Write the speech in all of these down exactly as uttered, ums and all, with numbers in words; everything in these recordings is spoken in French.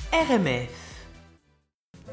R M F.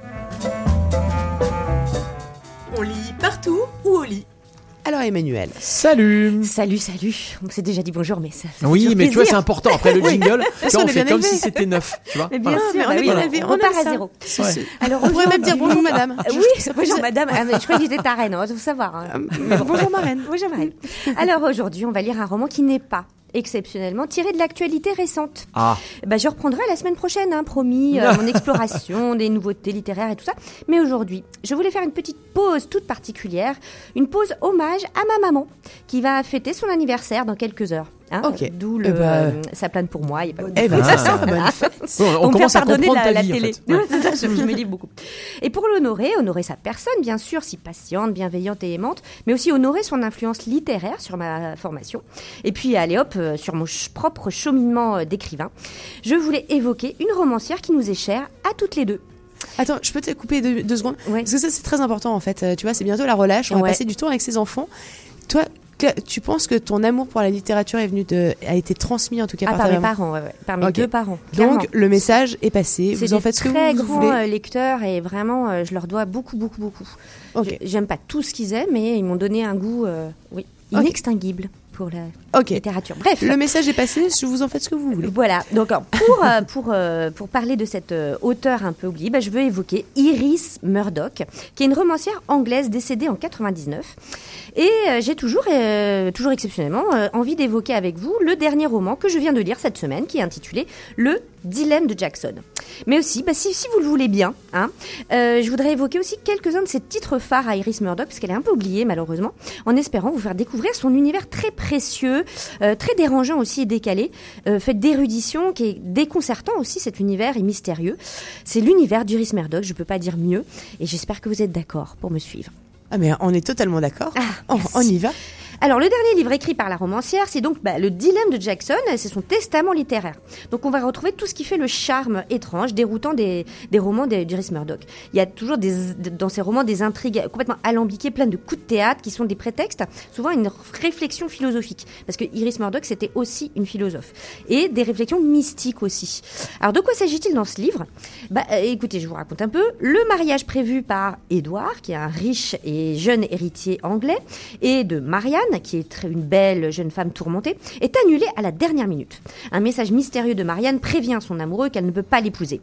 On lit partout ou au lit? Alors Emmanuel. Salut. Salut, salut. On s'est déjà dit bonjour, mais ça, ça Oui, fait mais plaisir. tu vois, c'est important. Après le jingle, Parce tu vois, qu'on on est fait bien comme élevé. si c'était neuf, tu vois. Mais bien Voilà. sûr, Mais on bah est oui, bien voilà. élevé, on on repart aime à ça. zéro. Si, Ouais. si. Alors, On pourrait même dire aujourd'hui- bonjour madame. Euh, Oui, bonjour madame. Ah, mais je crois que j'étais ta reine, on va tout savoir. hein. Euh, Bonjour marraine. Bonjour Marine. Alors aujourd'hui, on va lire un roman qui n'est pas exceptionnellement tiré de l'actualité récente. Ah, Bah, je reprendrai la semaine prochaine, hein, promis, euh, mon exploration des nouveautés littéraires et tout ça. Mais aujourd'hui, je voulais faire une petite pause toute particulière, une pause hommage à ma maman, qui va fêter son anniversaire dans quelques heures. Hein, Ok. D'où le, Eh ben, euh, ça plane pour moi. Il y a pas Eh ben, Ah. c'est ça, bonne fête. bon, on Pour me commence faire à pardonner comprendre la, ta la vie, télé. en fait. Ouais. Ouais, c'est ça, je, je me lis beaucoup. Et pour l'honorer, honorer sa personne, bien sûr, si patiente, bienveillante et aimante, mais aussi honorer son influence littéraire sur ma formation. Et puis, allez hop, euh, sur mon ch- propre cheminement euh, d'écrivain, je voulais évoquer une romancière qui nous est chère à toutes les deux. Attends, je peux te couper deux, deux secondes Ouais. Parce que ça, c'est très important en fait. Euh, Tu vois, c'est bientôt la relâche. On va Ouais. passer du temps avec ses enfants. Toi, Cla- tu penses que ton amour pour la littérature est venu de, a été transmis en tout cas Ah, par, par ta mes maman. parents, ouais, ouais. Par mes Ok. deux parents. clairement. Donc le message est passé. C'est Vous en des faites ce que très vous grands voulez. euh, lecteurs et vraiment, euh, je leur dois beaucoup, beaucoup, beaucoup. Ok. Je- J'aime pas tout ce qu'ils aiment, mais ils m'ont donné un goût, euh, oui, Ok. inextinguible pour la Ok. littérature. Bref. Le message est passé. Je vous en faites ce que vous voulez. Voilà, donc alors, pour, euh, pour, euh, pour parler de cette euh, auteure un peu oubliée, bah, je veux évoquer Iris Murdoch, qui est une romancière anglaise décédée en quatre-vingt-dix-neuf. Et euh, j'ai toujours, euh, toujours exceptionnellement, euh, envie d'évoquer avec vous le dernier roman que je viens de lire cette semaine, qui est intitulé Le Dilemme de Jackson. Mais aussi, bah, si, si vous le voulez bien, hein, euh, je voudrais évoquer aussi quelques-uns de ses titres phares à Iris Murdoch, parce qu'elle est un peu oubliée malheureusement, en espérant vous faire découvrir son univers très précieux, euh, très dérangeant aussi et décalé, euh, fait d'érudition, qui est déconcertant aussi, cet univers est mystérieux. C'est l'univers d'Iris Murdoch, je peux pas dire mieux, et j'espère que vous êtes d'accord pour me suivre. Ah mais on est totalement d'accord. Ah, on, merci. on y va. Alors, le dernier livre écrit par la romancière, c'est donc bah, Le Dilemme de Jackson, c'est son testament littéraire. Donc, on va retrouver tout ce qui fait le charme étrange, déroutant des, des romans d'Iris Murdoch. Il y a toujours des, dans ces romans des intrigues complètement alambiquées, pleines de coups de théâtre, qui sont des prétextes, souvent une réflexion philosophique. Parce que Iris Murdoch, c'était aussi une philosophe. Et des réflexions mystiques aussi. Alors, de quoi s'agit-il dans ce livre ? Bah, euh, écoutez, je vous raconte un peu. Le mariage prévu par Édouard, qui est un riche et jeune héritier anglais, et de Marianne, qui est très, une belle jeune femme tourmentée, est annulé à la dernière minute. Un message mystérieux de Marianne prévient son amoureux qu'elle ne peut pas l'épouser.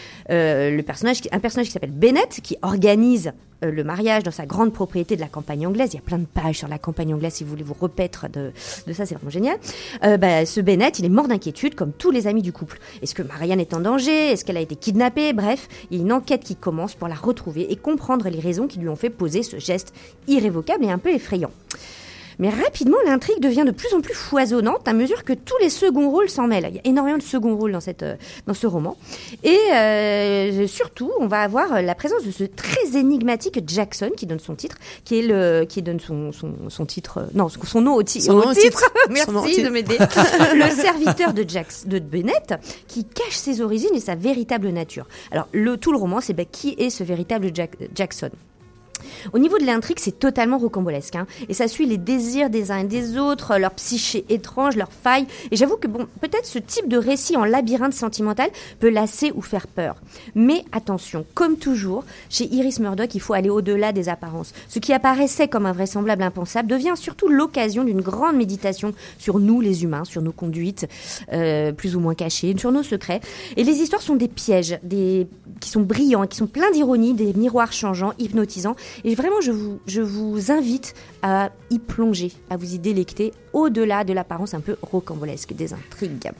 Euh, le personnage, un personnage qui s'appelle Bennett, qui organise euh, le mariage dans sa grande propriété de la campagne anglaise. Il y a plein de pages sur la campagne anglaise, si vous voulez vous repaître de, de ça, c'est vraiment génial. Euh, bah, ce Bennett, il est mort d'inquiétude, comme tous les amis du couple. Est-ce que Marianne est en danger ? Est-ce qu'elle a été kidnappée ? Bref, il y a une enquête qui commence pour la retrouver et comprendre les raisons qui lui ont fait poser ce geste irrévocable et un peu effrayant. Mais rapidement, l'intrigue devient de plus en plus foisonnante à mesure que tous les seconds rôles s'en mêlent. Il y a énormément de seconds rôles dans, cette, euh, dans ce roman. Et euh, surtout, on va avoir la présence de ce très énigmatique Jackson, qui donne son titre, qui est le, qui donne son, son, son titre, euh, non, son nom au, ti- Son au nom au titre. titre. Son nom au Merci titre. de m'aider. Le serviteur de, Jax, de Bennett, qui cache ses origines et sa véritable nature. Alors, le, tout le roman, c'est ben, qui est ce véritable Jack, Jackson ? Au niveau de l'intrigue, c'est totalement rocambolesque, hein, et ça suit les désirs des uns et des autres, leur psyché étrange, leurs failles. Et j'avoue que bon, peut-être ce type de récit en labyrinthe sentimental peut lasser ou faire peur. Mais attention, comme toujours, chez Iris Murdoch, il faut aller au-delà des apparences. Ce qui apparaissait comme invraisemblable, impensable, devient surtout l'occasion d'une grande méditation sur nous, les humains, sur nos conduites euh, plus ou moins cachées, sur nos secrets. Et les histoires sont des pièges, des qui sont brillants, qui sont pleins d'ironie, des miroirs changeants, hypnotisants. Et vraiment, je vous, je vous invite à y plonger, à vous y délecter, au-delà de l'apparence un peu rocambolesque des intrigues.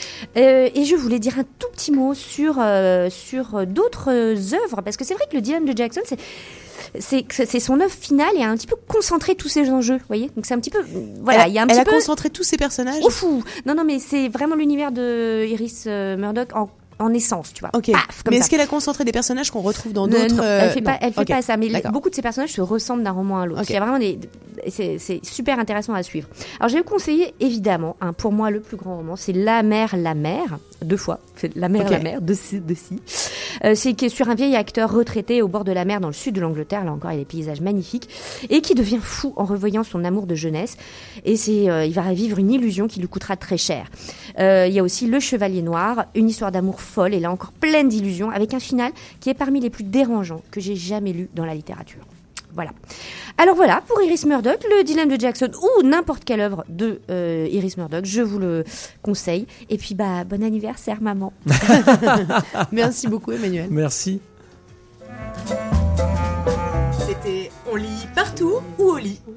Euh, et je voulais dire un tout petit mot sur, euh, sur d'autres œuvres, parce que c'est vrai que le Dilemme de Jackson, c'est... C'est, c'est son œuvre finale et a un petit peu concentré tous ces enjeux, vous voyez. Donc c'est un petit peu, voilà, il y a un elle petit a peu. concentré tous ses personnages. Ouf, non, non, mais c'est vraiment l'univers de Iris euh, Murdoch en, en essence, tu vois. Ok. Paf, comme mais ça. est-ce qu'elle a concentré des personnages qu'on retrouve dans Non, d'autres non, euh, elle fait pas, non. elle fait Ok. pas ça. Mais D'accord. beaucoup de ces personnages se ressemblent d'un roman à l'autre. Ok. Il y a vraiment des, c'est, c'est super intéressant à suivre. Alors, je vais vous conseiller évidemment, hein, pour moi, le plus grand roman, c'est La Mer, la Mer, deux fois. C'est La Mer, Ok. la Mer, de ci, de ci. Euh, c'est que sur un vieil acteur retraité au bord de la mer dans le sud de l'Angleterre, là encore il y a des paysages magnifiques, et qui devient fou en revoyant son amour de jeunesse. Et c'est, euh, il va revivre une illusion qui lui coûtera très cher. Euh, il y a aussi Le Chevalier Noir, une histoire d'amour folle, et là encore pleine d'illusions, avec un final qui est parmi les plus dérangeants que j'ai jamais lu dans la littérature. Voilà. Alors voilà, pour Iris Murdoch, le dilemme de Jackson ou n'importe quelle œuvre de euh, Iris Murdoch, je vous le conseille. Et puis, bah, bon anniversaire, maman. Merci beaucoup, Emmanuel. Merci. C'était On lit partout ou au lit.